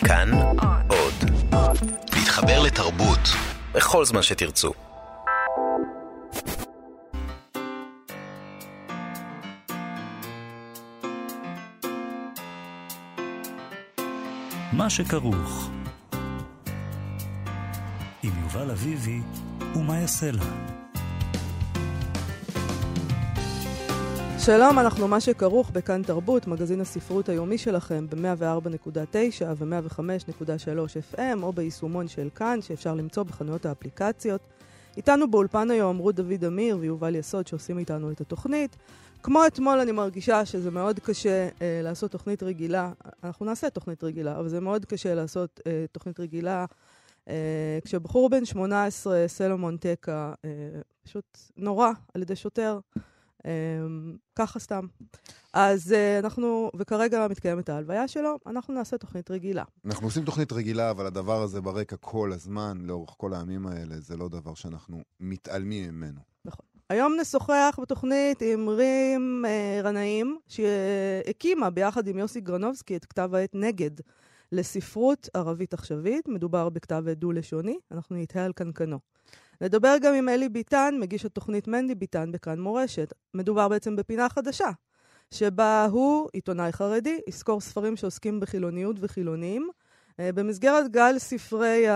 כאן עוד. להתחבר לתרבות בכל זמן שתרצו. מה שכרוך עם יובל אביבי ומה יעשה לה. שלום, אנחנו מה שכרוך בכאן תרבות, מגזין הספרות היומי שלכם ב-104.9 ו-105.3 FM או ביישומון של כאן שאפשר למצוא בחנויות האפליקציות. איתנו באולפן היום רות דוד אמיר ויובל יסוד שעושים איתנו את התוכנית. כמו אתמול אני מרגישה שזה מאוד קשה לעשות תוכנית רגילה. אנחנו נעשה תוכנית רגילה, אבל זה מאוד קשה לעשות תוכנית רגילה. כשבחור בן 18, סלומון טקה, פשוט נורא על ידי שוטר. ככה סתם. אז אנחנו, וכרגע מתקיימת ההלוויה שלו, אנחנו נעשה תוכנית רגילה. אנחנו עושים תוכנית רגילה, אבל הדבר הזה ברקע כל הזמן, לאורך כל הימים האלה, זה לא דבר שאנחנו מתעלמים ממנו. נכון. היום נשוחח בתוכנית עם רים רנאים, שהקימה ביחד עם יוסי גרנובסקי את כתב העת נגד לספרות ערבית עכשווית. מדובר בכתב עת דו-לשוני, אנחנו נתהה על קנקנו. נדבר גם עם אלי ביטן, מגיש התוכנית מנדי ביטן בכאן מורשת. מדובר בעצם בפינה חדשה, שבה הוא, עיתונאי חרדי, יזכור ספרים שעוסקים בחילוניות וחילונים. במסגרת גל ספרי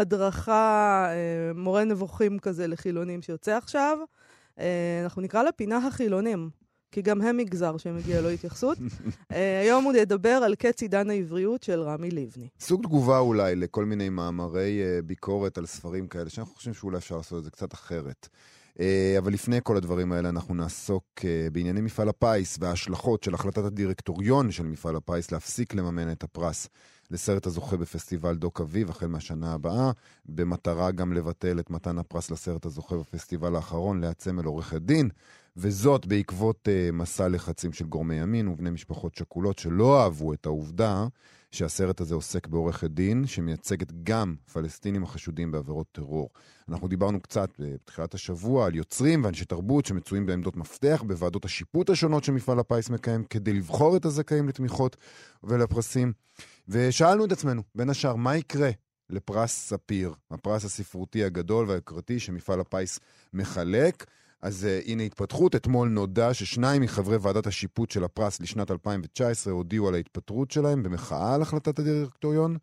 ההדרכה, מורה נבוכים כזה לחילונים שיוצא עכשיו, אנחנו נקרא לה פינה החילונים, כי גם הם מגזר שמגיע לו התייחסות. היום הוא ידבר על קץ עידן העבריות של רמי לבני. סוג תגובה אולי לכל מיני מאמרי ביקורת על ספרים כאלה, שאנחנו חושבים שאולי אפשר לעשות את זה קצת אחרת. אבל לפני כל הדברים האלה אנחנו נעסוק בענייני מפעל הפיס וההשלכות של החלטת הדירקטוריון של מפעל הפיס להפסיק לממן את הפרס לסרט הזוכה בפסטיבל דוק אביב החל מהשנה הבאה, במטרה גם לבטל את מתן הפרס לסרט הזוכה בפסטיבל האחרון לעצם אל עורכת דין, וזאת בעקבות מסע לחצים של גורמי ימין ובני משפחות שכולות שלא אהבו את העובדה שהסרט הזה עוסק בעורכת דין שמייצגת גם פלסטינים החשודים בעבירות טרור. אנחנו דיברנו קצת בתחילת השבוע על יוצרים ואנשי תרבות שמצויים בעמדות מפתח בוועדות השיפוט השונות שמפעל הפיס מקיים כדי לבחור את הזכאים לתמיכות ולפרסים. ושאלנו את עצמנו, בין השאר, מה יקרה לפרס ספיר, הפרס הספרותי הגדול והיקרתי שמפעל הפיס מחלק. אז הנה התפתחות. אתמול נודע ששניים מחברי ועדת השיפוט של הפרס לשנת 2019 הודיעו על ההתפטרות שלהם במחאה על החלטת הדירקטוריון,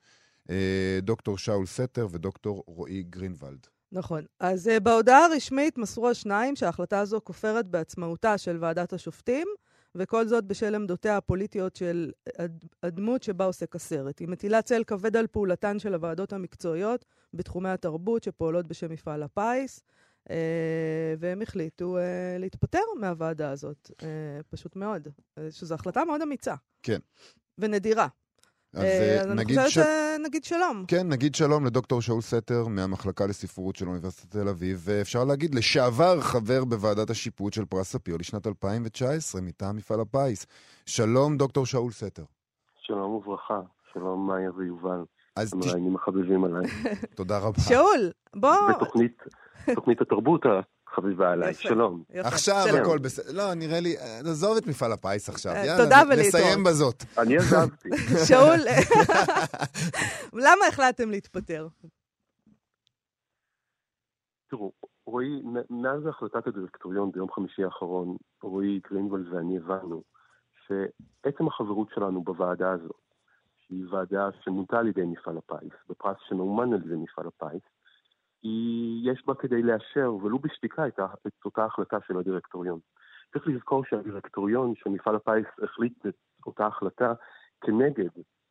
דוקטור שאול סתר ודוקטור רועי גרינוולד. נכון. אז בהודעה הרשמית מסרו השניים שההחלטה הזו כופרת בעצמאותה של ועדת השופטים, וכל זאת בשל עמדותיה הפוליטיות של הדמות שבה עוסק הסרט. היא מטילה צל כבד על פעולתן של הוועדות המקצועיות בתחומי התרבות שפועלות בשם מפעל הפיס, והם החליטו להתפטר מהוועדה הזאת, פשוט מאוד, שזו החלטה מאוד אמיצה. כן. ונדירה. אז אני חושבת שנגיד שלום. כן, נגיד שלום לדוקטור שאול סתר מהמחלקה לספרות של אוניברסיטת תל אביב, ואפשר להגיד לשעבר חבר בוועדת השיפוט של פרס ספיר לשנת 2019 מטעם מפעל הפיס. שלום דוקטור שאול סתר. שלום וברכה, שלום מאיה ויובל. המראיינים החביבים עליי. תודה רבה. שאול, בוא... בתוכנית התרבות החביבה עליי, שלום. עכשיו הכל בסדר, לא, נראה לי, נעזוב את מפעל הפיס עכשיו, תודה יאללה, ולהתראות. נסיים בזאת. אני עזבתי. שאול, למה החלטתם להתפטר? תראו, רועי, מאז החלטת הדירקטוריון ביום חמישי האחרון, רועי גרינוולד ואני הבנו שעצם החברות שלנו בוועדה הזאת, שהיא ועדה שמונתה על ידי מפעל הפיס, בפרס שמאומן על ידי מפעל הפיס, יש בה כדי לאשר, ולא בשתיקה, את אותה החלטה של הדירקטוריון. צריך לזכור שהדירקטוריון של מפעל הפיס החליט את אותה החלטה כנגד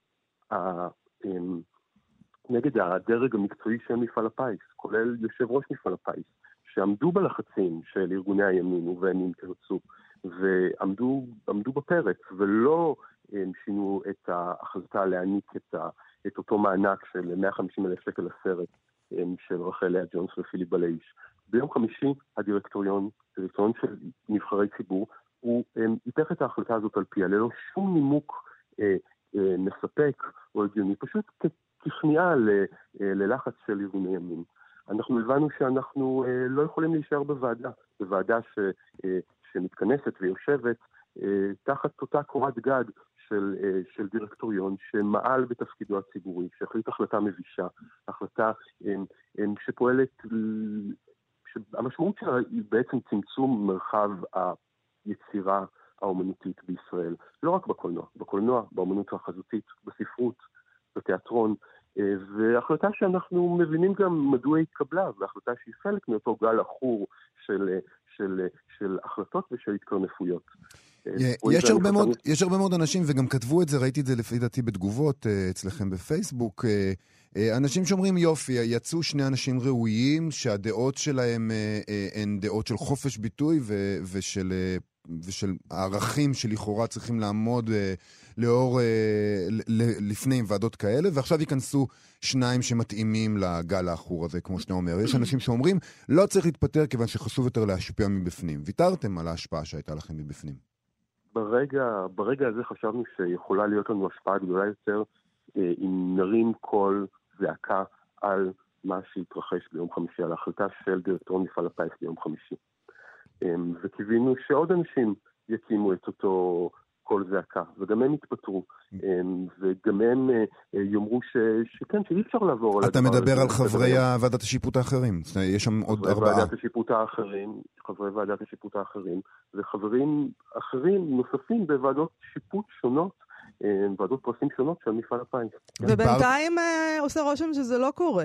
הדרג המקצועי של מפעל הפיס, כולל יושב ראש מפעל הפיס, שעמדו בלחצים של ארגוני הימין ובין תרצו, ועמדו בפרץ, ולא שינו את ההחלטה להעניק את אותו מענק של 150,000 שקל לסרט, של רחל לאה ג'ונס ופיליפ בלייש. ביום חמישי הדירקטוריון של נבחרי ציבור, הוא היפך את ההחלטה הזאת על פיה, ללא שום נימוק מספק או הגיוני, פשוט ככניעה ללחץ של ארגוני ימין. אנחנו הבנו שאנחנו לא יכולים להישאר בוועדה שמתכנסת ויושבת תחת אותה קורת גג של דירקטוריון שמעל בתפקידו הציבורי, שהחליט החלטה מבישה, החלטה שפועלת, המשמעות שלה היא בעצם צמצום מרחב היצירה האומנותית בישראל. לא רק בקולנוע, באומנות החזותית, בספרות, בתיאטרון, והחלטה שאנחנו מבינים גם מדוע היא התקבלה, והחלטה שהיא חלק מאותו גל אחור של החלטות ושל התקרנפויות. יש הרבה מאוד אנשים, וגם כתבו את זה, ראיתי את זה לפי דעתי בתגובות אצלכם בפייסבוק, אנשים שאומרים יופי, יצאו שני אנשים ראויים, שהדעות שלהם הן דעות של חופש ביטוי ושל הערכים שלכאורה צריכים לעמוד לאור לפני ועדות כאלה, ועכשיו ייכנסו שניים שמתאימים לגל האחור הזה, כמו שאתה אומר. יש אנשים שאומרים, לא צריך להתפטר כיוון שחשוב יותר להשפיע מבפנים. ויתרתם על ההשפעה שהייתה לכם מבפנים. ברגע הזה חשבנו שיכולה להיות לנו השפעה גדולה יותר אם נרים כל זעקה על מה שהתרחש ביום חמישי, על ההחלטה של דירקטוריון מפעל הפיס ביום חמישי. וקיווינו שעוד אנשים יקימו את אותו כל זעקה, וגם הם יתפטרו, וגם הם יאמרו שכן, שאי אפשר לעבור על הדבר הזה. אתה מדבר על חברי ועדת השיפוט האחרים, יש שם עוד 4. חברי ועדת השיפוט האחרים, וחברים אחרים נוספים בוועדות שיפוט שונות, ועדות פרסים שונות של מפעל הפיס. ובינתיים עושה רושם שזה לא קורה.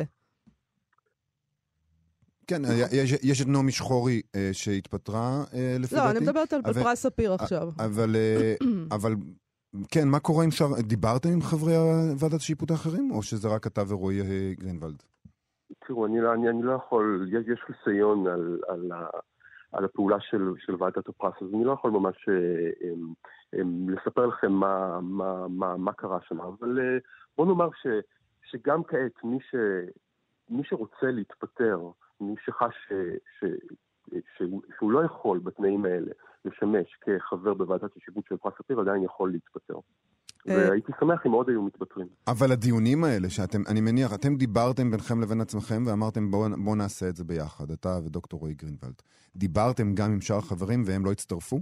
כן, יש את נעמי שחורי שהתפטרה לפי דעתי. לא, אני מדברת על פרס ספיר עכשיו. אבל כן, מה קורה עם דיברתם עם חברי ועדת השיפוט האחרים, או שזה רק אתה ורועי גרינוולד? תראו, אני לא יכול, יש חיסיון על הפעולה של ועדת הפרס, אז אני לא יכול ממש לספר לכם מה קרה שם, אבל בוא נאמר שגם כעת מי שרוצה להתפטר, מי שחש שהוא לא יכול בתנאים האלה לשמש כחבר בוועדת השיפוט של פרס ספיר, עדיין יכול להתפטר. והייתי שמח אם עוד היו מתפטרים. אבל הדיונים האלה אני מניח, אתם דיברתם ביניכם לבין עצמכם ואמרתם בואו נעשה את זה ביחד, אתה ודוקטור רועי גרינוולד. דיברתם גם עם שאר החברים והם לא הצטרפו?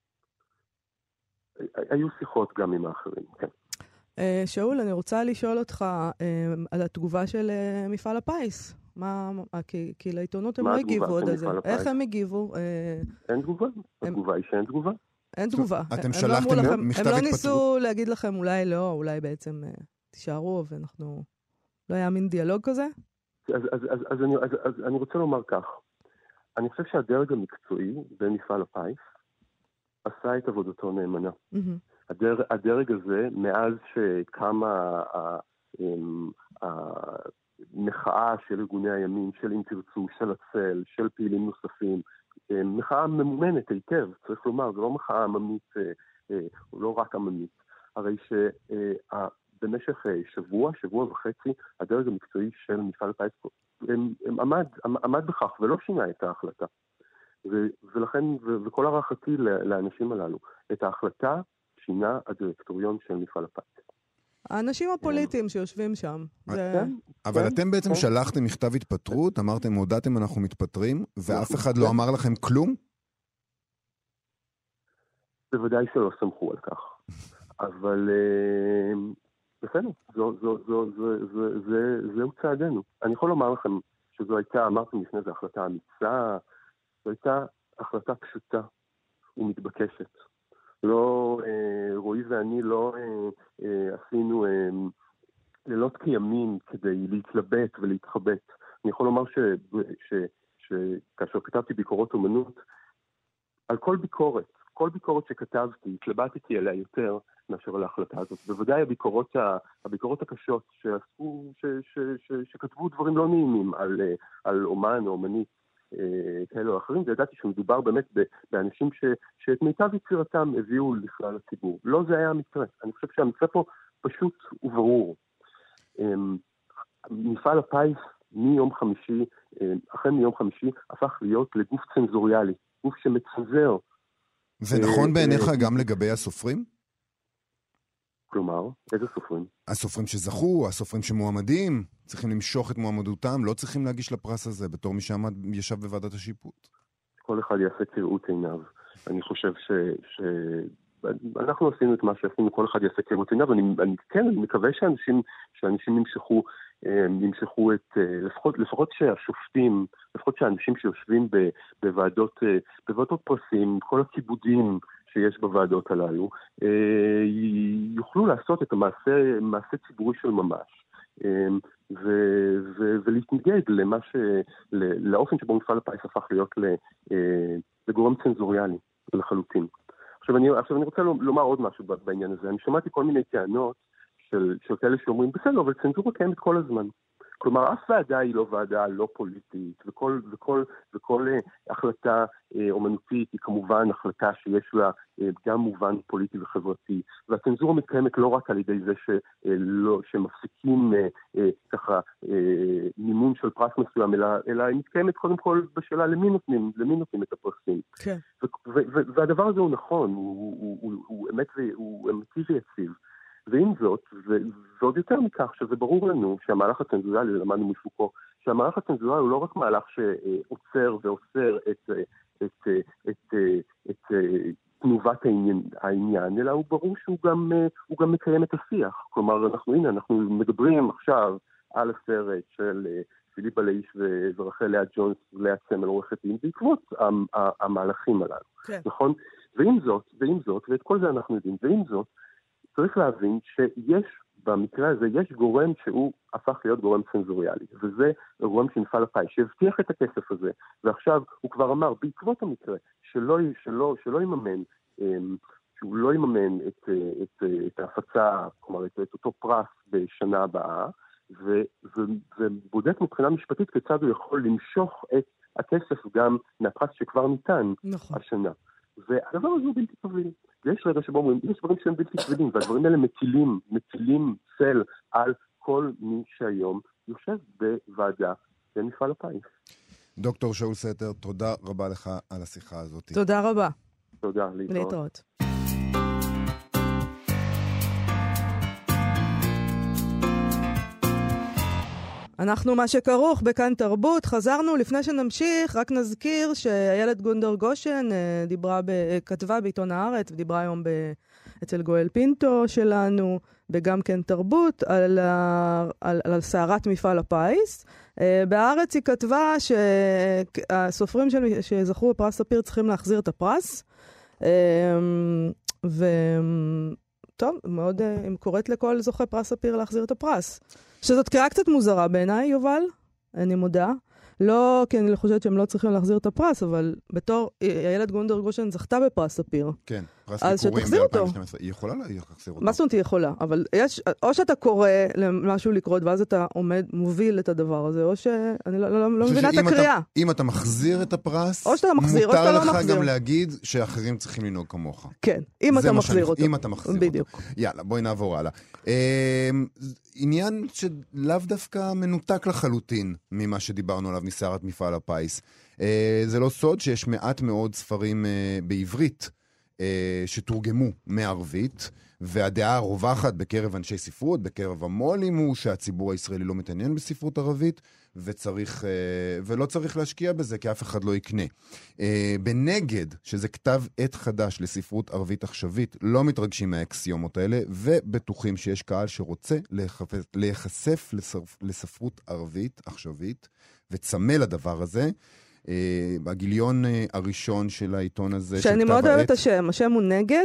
היו שיחות גם עם האחרים, כן. שאול, אני רוצה לשאול אותך על התגובה של מפעל הפיס. כי לעיתונות הם לא הגיבו עוד על זה. איך הם הגיבו? אין תגובה. התגובה היא שאין תגובה. אין תגובה. אתם שלחתם מכתב התפטרות? הם לא ניסו להגיד לכם אולי לא, אולי בעצם תישארו ואנחנו... לא היה מין דיאלוג כזה? אז אני רוצה לומר כך. אני חושב שהדרג המקצועי במפעל הפיס עשה את עבודתו נאמנה. הדרג הזה, מאז שקמה המחאה של ארגוני הימין, של אם תרצו, של הצל, של פעילים נוספים, מחאה ממומנת היטב, צריך לומר, זו לא מחאה עממית, לא רק עממית. הרי שבמשך שבוע וחצי, הדרג המקצועי של מפעל הפיס עמד בכך ולא שינה את ההחלטה. ולכן, וכל הערכתי לאנשים הללו, את ההחלטה שינה הדירקטוריון של מפעל הפיס. האנשים הפוליטיים שיושבים שם. אבל אתם בעצם שלחתם מכתב התפטרות, אמרתם, הודעתם אנחנו מתפטרים, ואף אחד לא אמר לכם כלום? בוודאי שלא סמכו על כך. אבל בסדר, זהו צעדנו. אני יכול לומר לכם שזו הייתה, אמרתם לפני זה, החלטה אמיצה, זו הייתה החלטה פשוטה ומתבקשת. לא, רועי ואני לא עשינו לילות כימים כדי להתלבט ולהתחבט. אני יכול לומר שכאשר כתבתי ביקורות אומנות, על כל ביקורת שכתבתי, התלבטתי עליה יותר מאשר על ההחלטה הזאת. בוודאי הביקורות הקשות שכתבו דברים לא נעימים על אומן או אומנית, כאלה או אחרים, וידעתי שמדובר באמת באנשים שאת מיטב יצירתם הביאו לכלל הציבור. לא זה היה המקרה. אני חושב שהמקרה פה פשוט וברור. מפעל הפיס החל מיום חמישי, הפך להיות לגוף צנזוריאלי, גוף שמצנזר. זה נכון בעיניך גם לגבי הסופרים? כלומר, איזה סופרים? הסופרים שזכו, הסופרים שמועמדים, צריכים למשוך את מועמדותם, לא צריכים להגיש לפרס הזה, בתור מי ישב בוועדת השיפוט. כל אחד יעשה כראות עיניו. אני חושב אנחנו עשינו את מה שעשינו, כל אחד יעשה כרוצה, ואני מקווה שאנשים ימשכו את, לפחות שהשופטים, לפחות שהאנשים שיושבים בוועדות פרסים, כל הכיבודים שיש בוועדות הללו, יוכלו לעשות את המעשה ציבורי של ממש. ולהתנגד לאופן שבו מפעל הפיס הפך להיות לגורם צנזוריאלי לחלוטין. עכשיו אני רוצה לומר עוד משהו בעניין הזה. אני שמעתי כל מיני טענות של כאלה שאומרים, בסדר, אבל צנזורה קיימת כל הזמן. כלומר, אף ועדה היא לא ועדה לא פוליטית, וכל החלטה אומנותית היא כמובן החלטה שיש לה גם מובן פוליטי וחברתי, והצנזורה מתקיימת לא רק על ידי זה שמפסיקים ככה מימון של פרס מסוים, אלא היא מתקיימת קודם כל בשאלה למי נותנים את הפרסים. כן. והדבר הזה הוא נכון, הוא אמיתי ויציב. ועם זאת, ועוד יותר מכך, שזה ברור לנו שהמהלך הצנזוריאלי, למדנו מפוקו, שהמהלך הצנזוריאלי הוא לא רק מהלך שעוצר ואוסר את תנובת העניין, אלא הוא ברור שהוא גם מקיים את השיח. כלומר, אנחנו מדברים עכשיו על הסרט של פיליפ בלאיש ורחל לאה ג'ונס, לאה סמל עורכת דין, בעקבות המהלכים הללו. כן. נכון? ועם זאת, ואת כל זה אנחנו יודעים, ועם זאת, צריך להבין שיש, במקרה הזה, יש גורם שהוא הפך להיות גורם צנזוריאלי, וזה גורם של מפעל הפיס, שהבטיח את הכסף הזה, ועכשיו הוא כבר אמר, בעקבות המקרה, שלא יממן, שהוא לא יממן את ההפצה, כלומר, את אותו פרס בשנה הבאה, ובודק מבחינה משפטית כיצד הוא יכול למשוך את הכסף גם מהפרס שכבר ניתן השנה. והדבר הזה הוא בלתי קביל. ויש רגע שבו אומרים, יש דברים שהם בלתי קבילים, והדברים האלה מטילים צל על כל מי שהיום יושב בוועדה במפעל הפיס. דוקטור שאול סתר, תודה רבה לך על השיחה הזאת. תודה רבה. תודה, להתראות. אנחנו מה שכרוך בכאן תרבות. חזרנו, לפני שנמשיך, רק נזכיר שאיילת גונדר גושן כתבה בעיתון הארץ, ודיברה היום אצל גואל פינטו שלנו, בגם כן תרבות, על סערת מפעל הפיס. בארץ היא כתבה שהסופרים שזכו בפרס ספיר צריכים להחזיר את הפרס, טוב, מאוד, אם קוראת לכל זוכה פרס ספיר להחזיר את הפרס. שזאת קריאה קצת מוזרה בעיניי, יובל, אני מודה. לא, כי אני חושבת שהם לא צריכים להחזיר את הפרס, אבל בתור איילת גונדר גושן זכתה בפרס ספיר. כן, פרס ביקורים ב-2012. היא יכולה להחזיר אותו. מה זאת אומרת היא יכולה? אבל יש, או שאתה קורא למשהו לקרות, ואז אתה מוביל את הדבר הזה, או שאני לא מבינה את הקריאה. אם אתה מחזיר את הפרס, או שאתה מחזיר, או שאתה לא מחזיר. מותר לך גם להגיד שאחרים צריכים לנהוג כמוך. כן, אם אתה מחזיר אותו. אם אתה מחזיר אותו. יאללה, בואי נעבור הלאה. עניין שלאו דווקא מנותק לחלוטין ממה שדיברנו עליו מסערת מפעל הפיס. זה לא סוד שיש מעט מאוד ספרים בעברית שתורגמו מערבית, והדעה הרווחת בקרב אנשי ספרות, בקרב המו"לים, הוא שהציבור הישראלי לא מתעניין בספרות ערבית, ולא צריך להשקיע בזה, כי אף אחד לא יקנה. בנגד, שזה כתב עת חדש לספרות ערבית עכשווית, לא מתרגשים מהאקסיומות האלה, ובטוחים שיש קהל שרוצה להיחשף לספרות ערבית עכשווית, וצמא לדבר הזה. בגיליון הראשון של העיתון הזה, שאני מאוד אוהב את השם הוא נגד,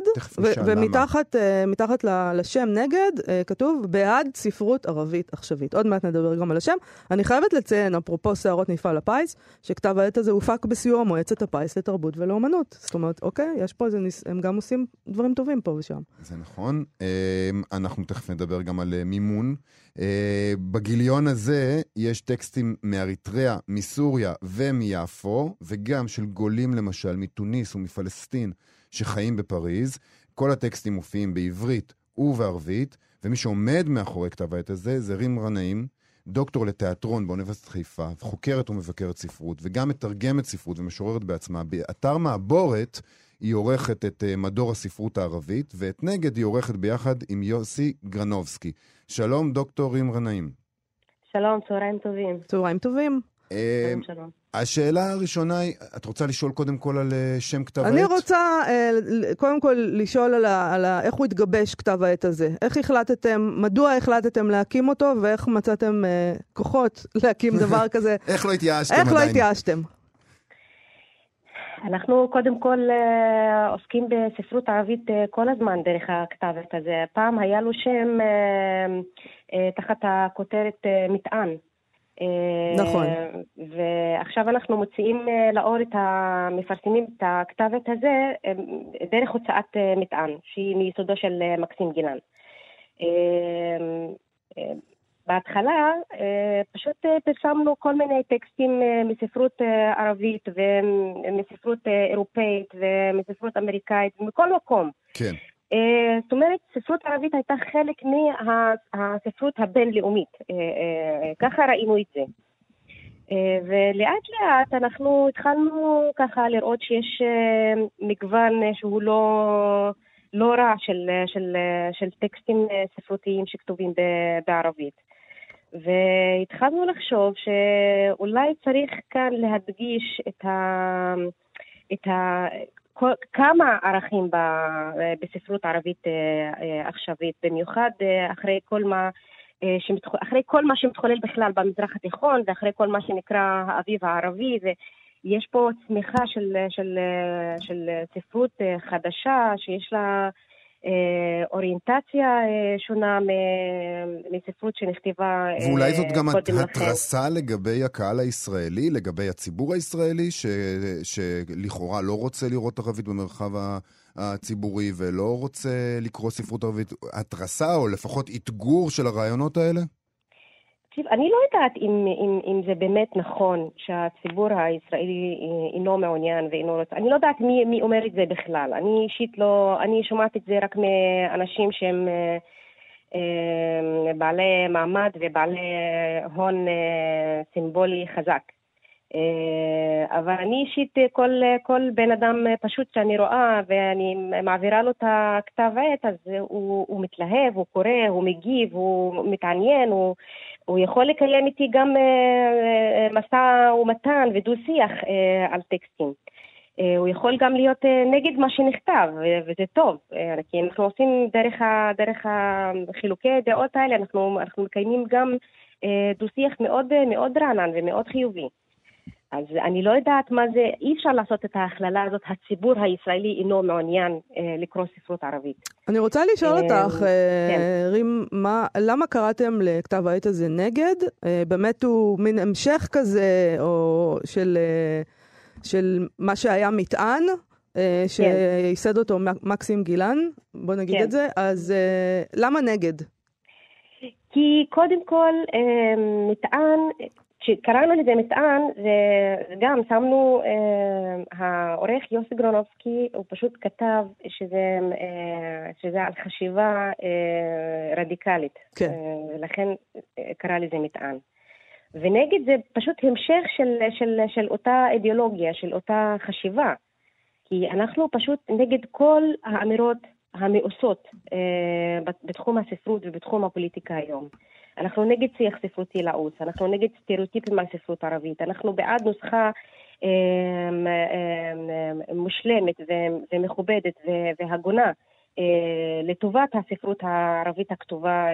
ומתחת לשם נגד כתוב בעד ספרות ערבית עכשווית. עוד מעט נדבר גם על השם. אני חייבת לציין, אפרופו סערות מפעל הפיס, שכתב העת הזה הופק בסיוע מועצת הפיס לתרבות ולאומנות. זאת אומרת, אוקיי, יש פה הם גם עושים דברים טובים פה ושם. זה נכון. אנחנו תכף נדבר גם על מימון. בגיליון הזה יש טקסטים מאריתריאה, מסוריה ומיפו, וגם של גולים למשל מתוניס ומפלסטין שחיים בפריז. כל הטקסטים מופיעים בעברית ובערבית, ומי שעומד מאחורי כתב העת הזה זה רים רנאים, דוקטור לתיאטרון באוניברסיטת חיפה, חוקרת ומבקרת ספרות, וגם מתרגמת ספרות ומשוררת בעצמה. באתר מעבורת היא עורכת את מדור הספרות הערבית, ואת נגד היא עורכת ביחד עם יוסי גרנובסקי. שלום דוקטור רים רנאים. שלום, צהריים טובים. צהריים טובים. שלום. השאלה הראשונה היא, את רוצה לשאול קודם כל על שם כתב העת? אני רוצה קודם כל לשאול על איך הוא התגבש כתב העת הזה. איך החלטתם, מדוע החלטתם להקים אותו, ואיך מצאתם כוחות להקים דבר כזה? איך לא התייאשתם עדיין? איך לא התייאשתם? אנחנו קודם כל עוסקים בספרות ערבית כל הזמן דרך הכתב העת הזה. פעם היה לו שם תחת הכותרת מטען. נכון. ועכשיו אנחנו מוציאים לאור מפרסמים את הכתב העת הזה דרך הוצאת מטען, שהיא מיסודו של מקסים גילן. בהתחלה פשוט פרסמנו כל מיני טקסטים מספרות ערבית ומספרות אירופאית ומספרות אמריקאית ומכל מקום. כן. זאת אומרת, ספרות ערבית הייתה חלק מהספרות הבינלאומית. ככה ראינו את זה. ולאט לאט אנחנו התחלנו ככה לראות שיש מגוון שהוא לא רע של טקסטים ספרותיים שכתובים בערבית. והתחלנו לחשוב שאולי צריך כאן להדגיש כמה ערכים בספרות ערבית עכשווית, במיוחד אחרי כל מה שמתחולל בכלל במזרח התיכון, ואחרי כל מה שנקרא האביב הערבי, ויש פה צמיחה של ספרות חדשה, שיש לה אוריינטציה שונה מספרות שנכתבה קודם לכן. ואולי זאת גם התרסה לגבי הקהל הישראלי, לגבי הציבור הישראלי, שלכאורה לא רוצה לראות ערבית במרחב הציבורי, ולא רוצה לקרוא ספרות ערבית. התרסה, או לפחות התגור של הרעיונות האלה? אני לא יודעת אם זה באמת נכון שהציבור הישראלי אינו מעוניין ואינו רוצה. אני לא יודעת מי אומר את זה בכלל. אני אישית לא, אני שומעת את זה רק מאנשים שהם בעלי מעמד ובעלי הון סימבולי חזק. אבל אני אישית כל בן אדם פשוט שאני רואה ואני מעבירה לו את הכתב העת, אז הוא מתלהב, הוא קורא, הוא מגיב, הוא מתעניין, הוא יכול לקיים איתי גם מסע ומתן ודו-שיח על טקסטים. הוא יכול גם להיות נגד מה שנכתב, וזה טוב. כי אנחנו עושים דרך החילוקי דעות האלה, אנחנו מקיימים גם דו-שיח מאוד רענן ומאוד חיובי. אז אני לא יודעת מה זה, אי אפשר לעשות את ההכללה הזאת, הציבור הישראלי אינו מעוניין לקרוא ספרות ערבית. אני רוצה לשאול אותך, רים, למה קראתם לכתב העת הזה נגד? באמת הוא מין המשך כזה, או של מה שהיה מטען, שייסד אותו מקסים גילן, בוא נגיד את זה, אז למה נגד? כי קודם כל מטען, כשקראנו לזה מטען, גם שמנו, העורך יוסי גרונובסקי, הוא פשוט כתב שזה על חשיבה רדיקלית. כן. לכן קרא לזה מטען. ונגד זה פשוט המשך של אותה אידיאולוגיה, של אותה חשיבה. כי אנחנו פשוט נגד כל האמירות המאוסות בתחום הספרות ובתחום הפוליטיקה היום. אנחנו נגד שיח ספרותי לעוס, אנחנו נגד סטריאוטיפים על ספרות ערבית, אנחנו בעד נוסחה מושלמת ומכובדת והגונה לטובת הספרות הערבית הכתובה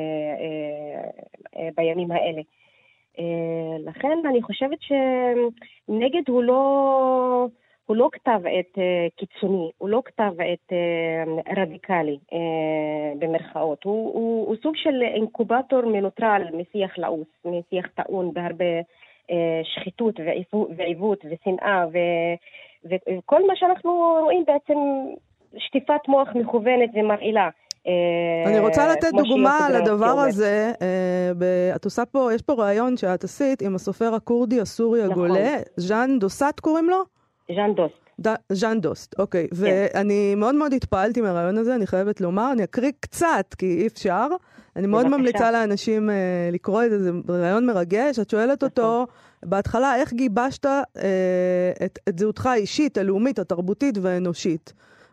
בימים האלה. לכן אני חושבת שנגד הוא לא כתב עת קיצוני, הוא לא כתב עת רדיקלי במרכאות. הוא סוג של אינקובטור מנוטרל משיח לעוס, משיח טעון בהרבה שחיתות ועיוות ושנאה, וכל מה שאנחנו רואים בעצם שטיפת מוח מכוונת ומרעילה. אני רוצה לתת דוגמה על הדבר הזה. את עושה פה, יש פה רעיון שאת עשית עם הסופר הקורדי הסורי הגולה, ז'אן דוסט קוראים לו? ז'אן דוסט. ז'אן דוסט, אוקיי. ואני מאוד מאוד התפעלתי מהרעיון הזה, אני חייבת לומר, אני אקריא קצת, כי אי אפשר. אני מאוד ממליצה לאנשים לקרוא את זה, זה רעיון מרגש. את שואלת אותו, בהתחלה, איך גיבשת את זהותך האישית, הלאומית, התרבותית והאנושית?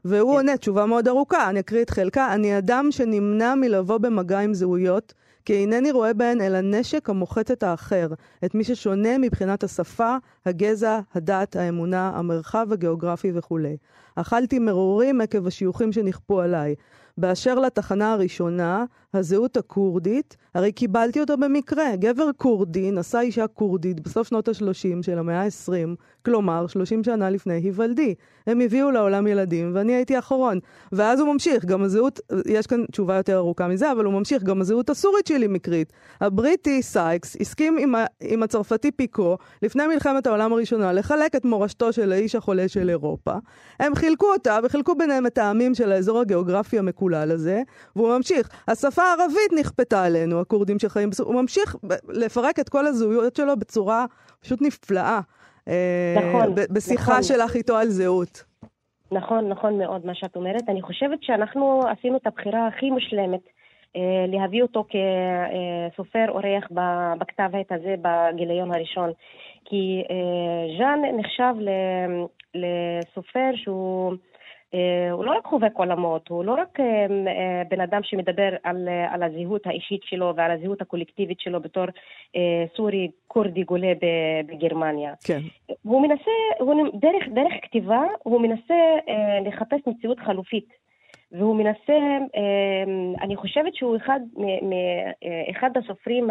והוא עונה תשובה מאוד ארוכה, אני אקריא את חלקה. אני אדם שנמנע מלבוא במגע עם זהויות, כי אינני רואה בהן אלא נשק המוחץ את האחר, את מי ששונה מבחינת השפה, הגזע, הדת, האמונה, המרחב הגיאוגרפי וכו'. אכלתי מרורים עקב השיוכים שנכפו עליי. באשר לתחנה הראשונה, הזהות הקורדית, הרי קיבלתי אותו במקרה. גבר קורדי נשא אישה קורדית בסוף שנות ה-30 של המאה ה-20, כלומר 30 שנה לפני היוולדי. הם הביאו לעולם ילדים ואני הייתי האחרון. ואז הוא ממשיך, גם הזהות, יש כאן תשובה יותר ארוכה מזה, אבל הוא ממשיך, גם הזהות הסורית שלי מקרית. הבריטי סייקס הסכים עם הצרפתי פיקו לפני מלחמת העולם הראשונה לחלק את מורשתו של האיש החולה של אירופה. הם חילקו אותה וחילקו ביניהם את העמים של האזור הגיאוגרפי המקולל הזה, והוא ממשיך. השפה הערבית נכפתה עלינו, הקורדים שחיים, הוא ממשיך לפרק את כל הזהויות שלו בצורה פשוט נפלאה. נכון. בשיחה נכון. שלך איתו על זהות. נכון, נכון מאוד מה שאת אומרת. אני חושבת שאנחנו עשינו את הבחירה הכי מושלמת להביא אותו כסופר אורח בכתב העת הזה בגיליון הראשון. כי ז'אן נחשב לסופר שהוא לא רק חובק עולמות, הוא לא רק בן אדם שמדבר על הזהות האישית שלו ועל הזהות הקולקטיבית שלו בתור סורי קורדי גולה בגרמניה. כן. הוא מנסה, דרך כתיבה, הוא מנסה לחפש מציאות חלופית. והוא מנסה, אני חושבת שהוא אחד הסופרים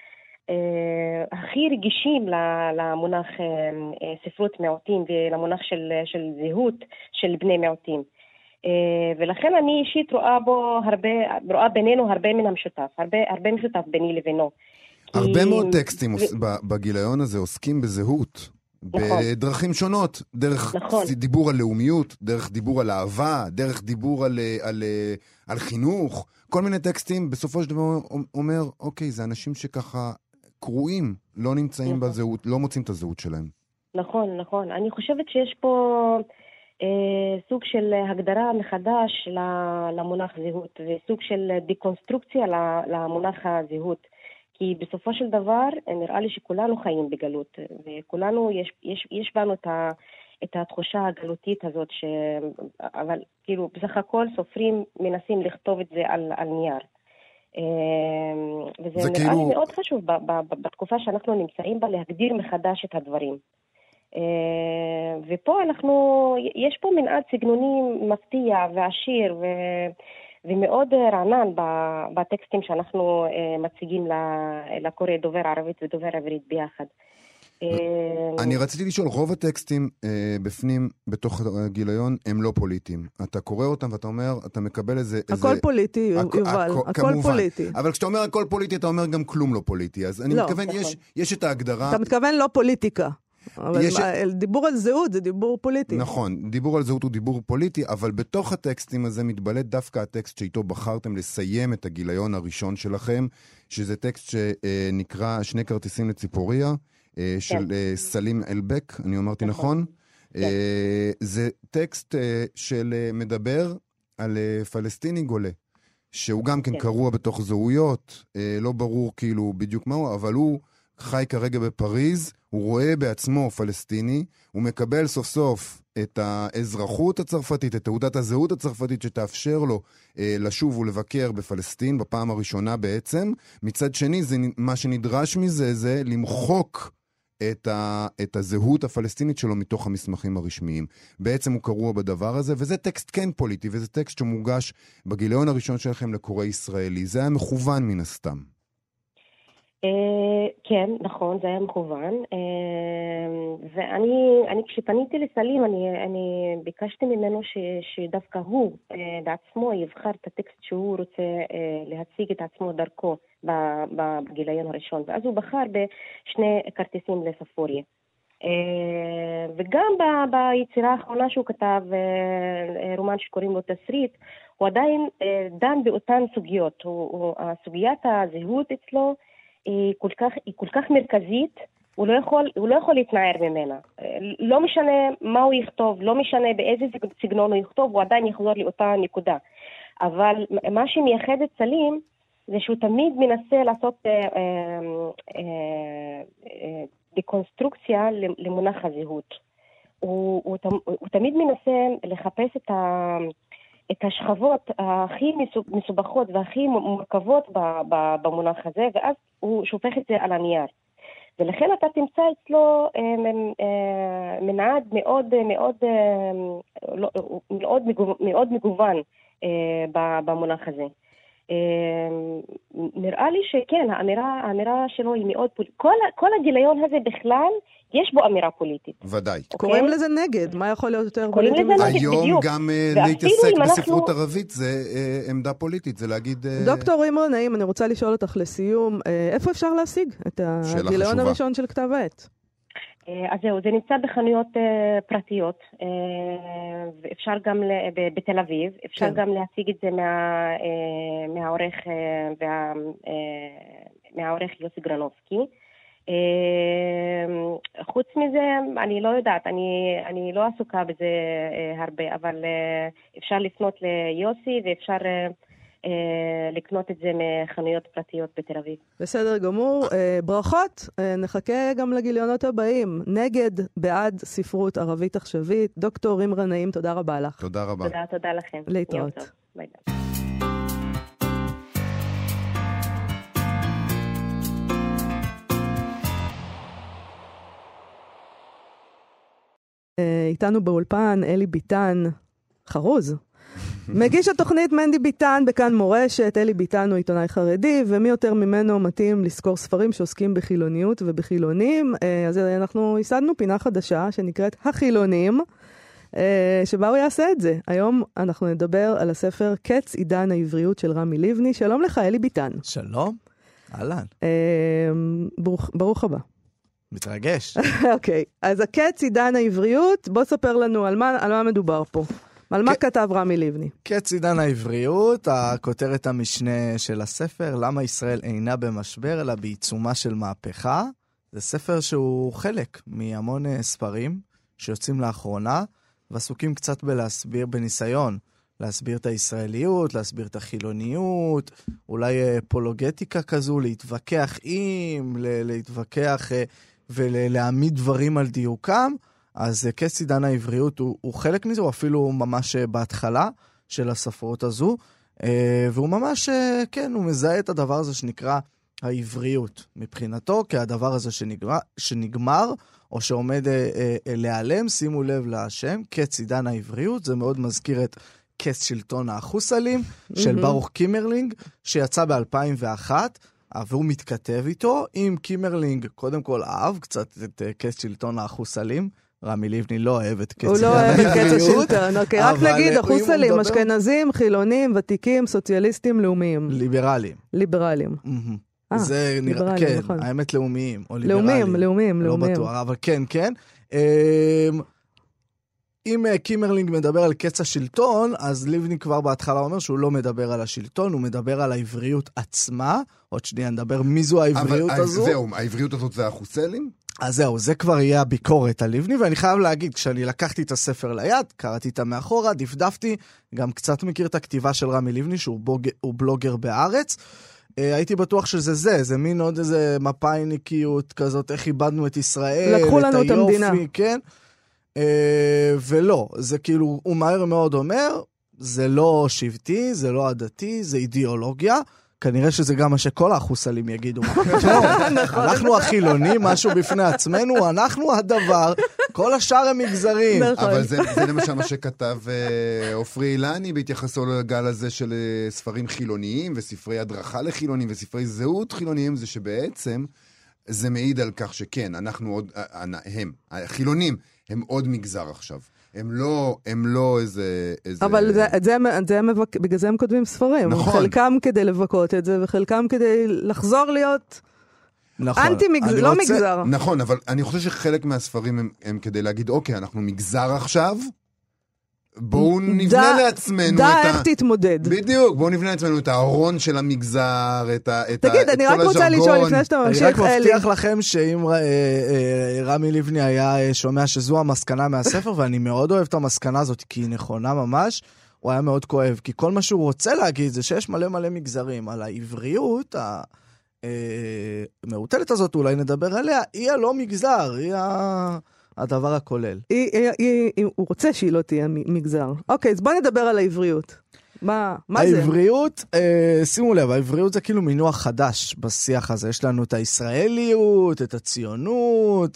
הכי רגישים למונח ספרות מיעוטים ולמונח של זהות של בני מיעוטים. ולכן אני אישית רואה בינינו הרבה מן המשותף, הרבה משותף ביני לבינו. הרבה מאוד טקסטים בגיליון הזה עוסקים בזהות. בדרכים שונות, דרך דיבור על לאומיות, דרך דיבור על אהבה, דרך דיבור על חינוך, כל מיני טקסטים בסופו של דבר אומר, אוקיי, זה אנשים שככה קרואים, לא נמצאים בזהות, לא מוצאים את הזהות שלהם. נכון, נכון. אני חושבת שיש פה סוג של הגדרה מחדש למונח זהות, וסוג של דיקונסטרוקציה למונח הזהות. כי בסופו של דבר נראה לי שכולנו חיים בגלות, וכולנו יש בנו את התחושה הגלותית הזאת, אבל כאילו בסך הכל סופרים מנסים לכתוב את זה על נייר. וזה נראה לי מאוד חשוב בתקופה שאנחנו נמצאים בה להגדיר מחדש את הדברים. ופה יש פה מנעד סגנוני מפתיע ועשיר ומאוד רענן בטקסטים שאנחנו מציגים לקורא דובר ערבית ודובר עברית ביחד. אני רציתי לשאול, רוב הטקסטים בפנים, בתוך הגיליון, הם לא פוליטיים. אתה קורא אותם ואתה אומר, אתה מקבל איזה... הכל פוליטי, יובל, הכל פוליטי. אבל כשאתה אומר הכל פוליטי, אתה אומר גם כלום לא פוליטי. אז אני מתכוון, יש את ההגדרה... אתה מתכוון לא פוליטיקה. אבל דיבור על זהות זה דיבור פוליטי. נכון, דיבור על זהות הוא דיבור פוליטי, אבל בתוך הטקסטים הזה מתבלט דווקא הטקסט שאיתו בחרתם לסיים את הגיליון הראשון שלכם, שזה טקסט שנקרא שני כרטיסים לציפוריה, של סלים אלבק, אני אמרתי נכון? זה טקסט של מדבר על פלסטיני גולה, שהוא גם כן קרוע בתוך זהויות, לא ברור כאילו בדיוק מהו, אבל הוא חי כרגע בפריז, הוא רואה בעצמו פלסטיני, הוא מקבל סוף סוף את האזרחות הצרפתית, את תעודת הזהות הצרפתית שתאפשר לו לשוב ולבקר בפלסטין, בפעם הראשונה בעצם. מצד שני, מה שנדרש מזה זה למחוק את הזהות הפלסטינית שלו מתוך המסמכים הרשמיים. בעצם הוא קרוע בדבר הזה, וזה טקסט כן פוליטי, וזה טקסט שמוגש בגיליון הראשון שלכם לקורא ישראלי. זה היה מכוון מן הסתם. כן, נכון, זה היה מכוון. ואני כשפניתי לסלים, אני ביקשתי ממנו שדווקא הוא בעצמו יבחר את הטקסט שהוא רוצה להציג את עצמו דרכו בגיליון הראשון. ואז הוא בחר בשני כרטיסים לספוריה. וגם ביצירה האחרונה שהוא כתב, רומן שקוראים לו תסריט, הוא עדיין דן באותן סוגיות. סוגיית הזהות אצלו היא כל כך מרכזית, הוא לא יכול להתנער ממנה. לא משנה מה הוא יכתוב, לא משנה באיזה סגנון הוא יכתוב, הוא עדיין יחזור לאותה נקודה. אבל מה שמייחד את סלים, זה שהוא תמיד מנסה לעשות דקונסטרוקציה למונח הזהות. הוא תמיד מנסה לחפש את השכבות הכי מסובכות והכי מורכבות במונח הזה, ואז הוא שופך את זה על הנייר. ולכן אתה תמצא אצלו מנעד מאוד מגוון במונח הזה. נראה לי שכן, האמירה שלו היא מאוד פוליטית. כל הגיליון הזה בכלל, יש בו אמירה פוליטית. ודאי. קוראים לזה נגד, מה יכול להיות יותר פוליטי? היום גם להתעסק בספרות ערבית זה עמדה פוליטית, זה להגיד... דוקטור רימר נעים, אני רוצה לשאול אותך לסיום, איפה אפשר להשיג את הגיליון הראשון של כתב העת? אז זהו, זה נמצא בחנויות פרטיות, ואפשר גם בתל אביב, אפשר גם להשיג את זה מהעורך יוסי גרנובסקי. חוץ מזה, אני לא יודעת, אני לא עסוקה בזה הרבה, אבל אפשר לפנות ליוסי ואפשר לקנות את זה מחנויות פרטיות בתל אביב. בסדר גמור, ברכות, נחכה גם לגיליונות הבאים, נגד, בעד ספרות ערבית עכשווית. דוקטור רימר נעים, תודה רבה לך. תודה רבה. תודה לכם. להתראות. ביי. איתנו באולפן אלי ביטן, חרוז. מגיש התוכנית מנדי ביטן בכאן מורשת. אלי ביטן הוא עיתונאי חרדי, ומי יותר ממנו מתאים לזכור ספרים שעוסקים בחילוניות ובחילונים. אז אנחנו ייסדנו פינה חדשה שנקראת החילונים, שבה הוא יעשה את זה. היום אנחנו נדבר על הספר קץ עידן העבריות של רמי לבני. שלום לך, אלי ביטן. שלום, אהלן. ברוך הבא. מתרגש. אוקיי, אז הקץ עידן העבריות, בוא ספר לנו על מה מדובר פה. על מה כתב רמי לבני? קץ עידן העבריות, הכותרת המשנה של הספר, למה ישראל אינה במשבר, אלא בעיצומה של מהפכה. זה ספר שהוא חלק מהמון ספרים שיוצאים לאחרונה, ועסוקים קצת בניסיון להסביר את הישראליות, להסביר את החילוניות, אולי פולוגטיקה כזו, להתווכח להתווכח ולהעמיד דברים על דיוקם. אז קץ עידן העבריות הוא חלק מזה, הוא אפילו ממש בהתחלה של הספרות הזו, והוא ממש, כן, הוא מזהה את הדבר הזה שנקרא העבריות, מבחינתו, כהדבר הזה שנגמר, או שעומד להיעלם. שימו לב לשם, קץ עידן העבריות, זה מאוד מזכיר את קץ שלטון האחוסלים, של ברוך קימרלינג, שיצא ב-2001, והוא מתכתב איתו. עם קימרלינג, קודם כל אהב קצת את קץ שלטון האחוסלים, רמי לבני לא אוהב את קץ הוא לא אוהב את קץ השלטון, אוקיי, רק נגיד, אחוסלים, אשכנזים, חילונים, ותיקים, סוציאליסטים, לאומיים. ליברלים. זה נראה, כן, האמת לאומיים, או ליברלים. לאומיים. לא בטוח, אבל כן. אם קימרלינג מדבר על קץ השלטון, אז לבני כבר בהתחלה אומר שהוא לא מדבר על השלטון, הוא מדבר על העבריות עצמה. עוד שנייה נדבר מי זו העבריות הזו. זהו, העבריות הזאת זה החוסלים? אז זהו, זה כבר יהיה הביקורת על לבני, ואני חייב להגיד, כשאני לקחתי את הספר ליד, קראתי את מאחורה, דפדפתי, גם קצת מכיר את הכתיבה של רמי לבני, שהוא בלוגר בארץ. הייתי בטוח שזה זה מין עוד איזה מפאיניקיות כזאת, איך איבדנו את ישראל, לקחו לנו את המדינה. כן? ולא, זה כאילו, הוא מהר מאוד אומר, זה לא שבטי, זה לא עדתי, זה אידיאולוגיה. כנראה שזה גם מה שכל האחוסלים יגידו. אנחנו החילונים, משהו בפני עצמנו, אנחנו הדבר, כל השאר הם מגזרים. אבל זה למשל מה שכתב עופרי אילני בהתייחסו לגל הזה של ספרים חילוניים וספרי הדרכה לחילונים וספרי זהות חילוניים, זה שבעצם זה מעיד על כך שכן, אנחנו עוד, החילונים הם עוד מגזר עכשיו. הם לא איזה... אבל בגלל זה הם כותבים ספרים. נכון. חלקם כדי לבקות את זה, וחלקם כדי לחזור להיות לא מגזר. נכון, אבל אני חושב שחלק מהספרים הם כדי להגיד, אוקיי, אנחנו מגזר עכשיו, בואו נבנה לעצמנו איך תתמודד. בדיוק, בואו נבנה לעצמנו את הארון של המגזר, את כל הז'רגון. תגיד, אני רק רוצה לשאול לפני שאתה ממשיך, אני רק מבטיח לכם שאם רמי לבני היה שומע שזו המסקנה מהספר, ואני מאוד אוהב את המסקנה הזאת, כי היא נכונה ממש, הוא היה מאוד כואב, כי כל מה שהוא רוצה להגיד זה שיש מלא מגזרים. על העבריות המעוטלת הזאת, אולי נדבר עליה, היא הלא מגזר, היא הדבר הכולל. הוא רוצה שהיא לא תהיה מגזר. אוקיי, אז בוא נדבר על העבריות. מה זה? העבריות, שימו לב, העבריות זה כאילו מינוח חדש בשיח הזה. יש לנו את הישראליות, את הציונות,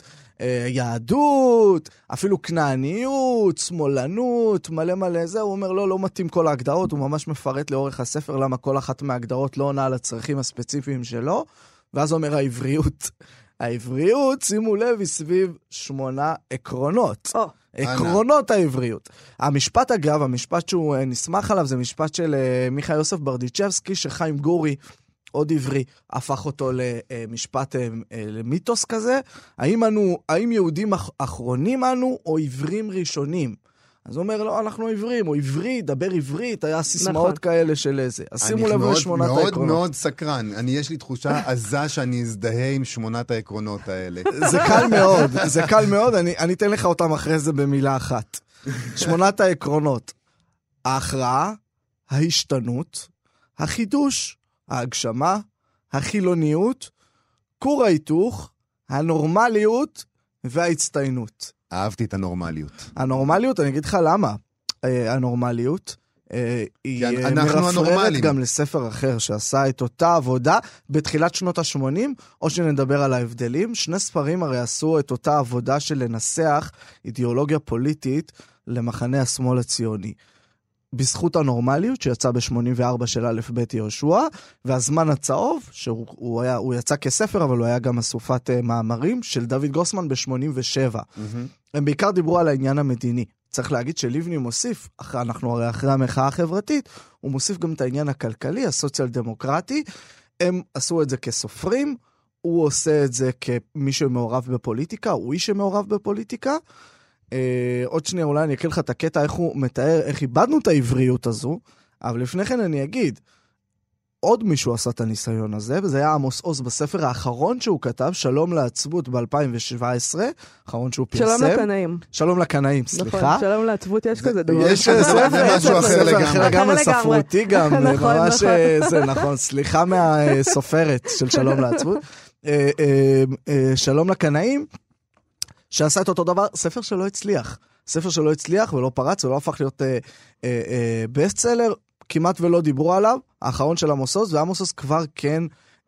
יהדות, אפילו כנעניות, שמאלנות, מלא מלא זה. הוא אומר, לא מתאים כל ההגדרות, הוא ממש מפרט לאורך הספר למה כל אחת מההגדרות לא עונה על הצרכים הספציפיים שלו, ואז הוא אומר העבריות. העבריות, שימו לב, היא סביב 8 עקרונות. עקרונות העבריות. המשפט אגב, המשפט שהוא נשמח עליו, זה משפט של מיכה יוסף ברדיצ'בסקי, שחיים גורי, עוד עברי, הפך אותו למשפט, למיתוס כזה. האם יהודים אחרונים אנו, או עברים ראשונים? אז הוא אומר, לא, אנחנו עברים, או עברי, דבר עברית, היה סיסמאות כאלה של איזה. אז שימו לב ל8 העקרונות. מאוד מאוד סקרן. יש לי תחושה עזה שאני אזדהה עם 8 העקרונות האלה. זה קל מאוד, זה קל מאוד. אני אתן לך אותם אחרי זה במילה אחת. 8 העקרונות. ההכרעה, ההשתנות, החידוש, ההגשמה, החילוניות, כור ההיתוך, הנורמליות וההצטיינות. אהבתי את הנורמליות. הנורמליות, אני אגיד לך למה. הנורמליות היא מרפררת גם לספר אחר שעשה את אותה עבודה בתחילת שנות ה-80, או שנדבר על ההבדלים. 2 ספרים הרי עשו את אותה עבודה של לנסח אידיאולוגיה פוליטית למחנה השמאל הציוני. בזכות הנורמליות שיצא ב-84 של א' ב' יהושע, והזמן הצהוב, שהוא יצא כספר, אבל הוא היה גם אסופת מאמרים של דוד גרוסמן ב-87. הם בעיקר דיברו על העניין המדיני. צריך להגיד שלבני מוסיף, אנחנו הרי אחרי המחאה החברתית, הוא מוסיף גם את העניין הכלכלי, הסוציאל דמוקרטי. הם עשו את זה כסופרים, הוא עושה את זה כמי שמעורב בפוליטיקה, הוא איש שמעורב בפוליטיקה. עוד שנייה אולי אני אקריא לך את הקטע איך הוא מתאר, איך איבדנו את העבריות הזו, אבל לפני כן אני אגיד, עוד מישהו עשה את הניסיון הזה, וזה היה עמוס עוז בספר האחרון שהוא כתב, שלום לעצבות ב-2017, האחרון שהוא פרסם. שלום לקנאים. שלום לקנאים, סליחה. נכון, שלום לעצבות יש כזה דבר. יש זה משהו אחר לגמרי. גם ספרותי גם, ממש זה נכון, סליחה מהסופרת של שלום לעצבות. שלום לקנאים, שעשה את אותו דבר, ספר שלא הצליח ולא פרץ, ולא הפך להיות בסטסלר, כמעט ולא דיברו עליו, האחרון של עמוס עוז, ועמוס עוז כבר כן